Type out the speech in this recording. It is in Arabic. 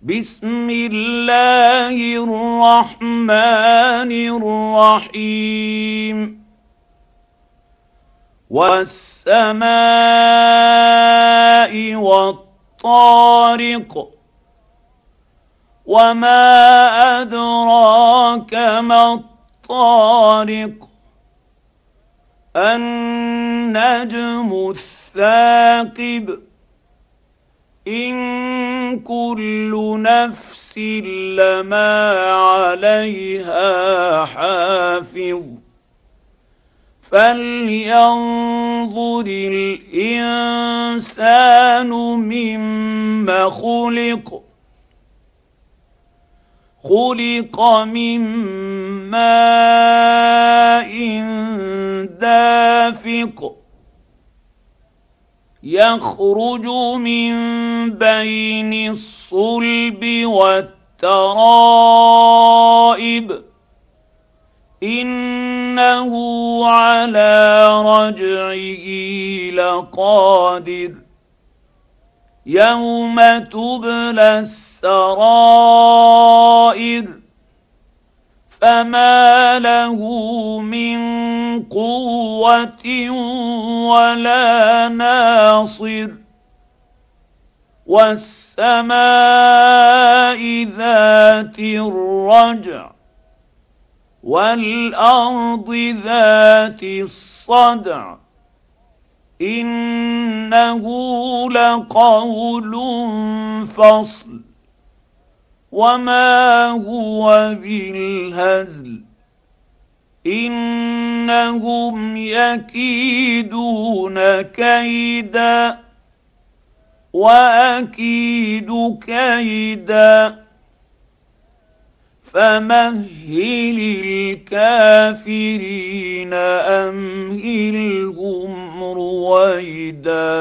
بسم الله الرحمن الرحيم والسماء والطارق وما أدراك ما الطارق النجم الثاقب إن كل نفس لما عليها حافظ فلينظر الإنسان مما خلق من ماء دافق يخرج من بين الصلب والترائب إنه على رجعه لقادر يوم تبلى السرائر فما له من قوة ولا ناصر والسماء ذات الرجع والأرض ذات الصدع إنه لقول فصل وما هو بالهزل إنهم يكيدون كيدا وأكيد كيدا فمهل الكافرين أمهلهم رويدا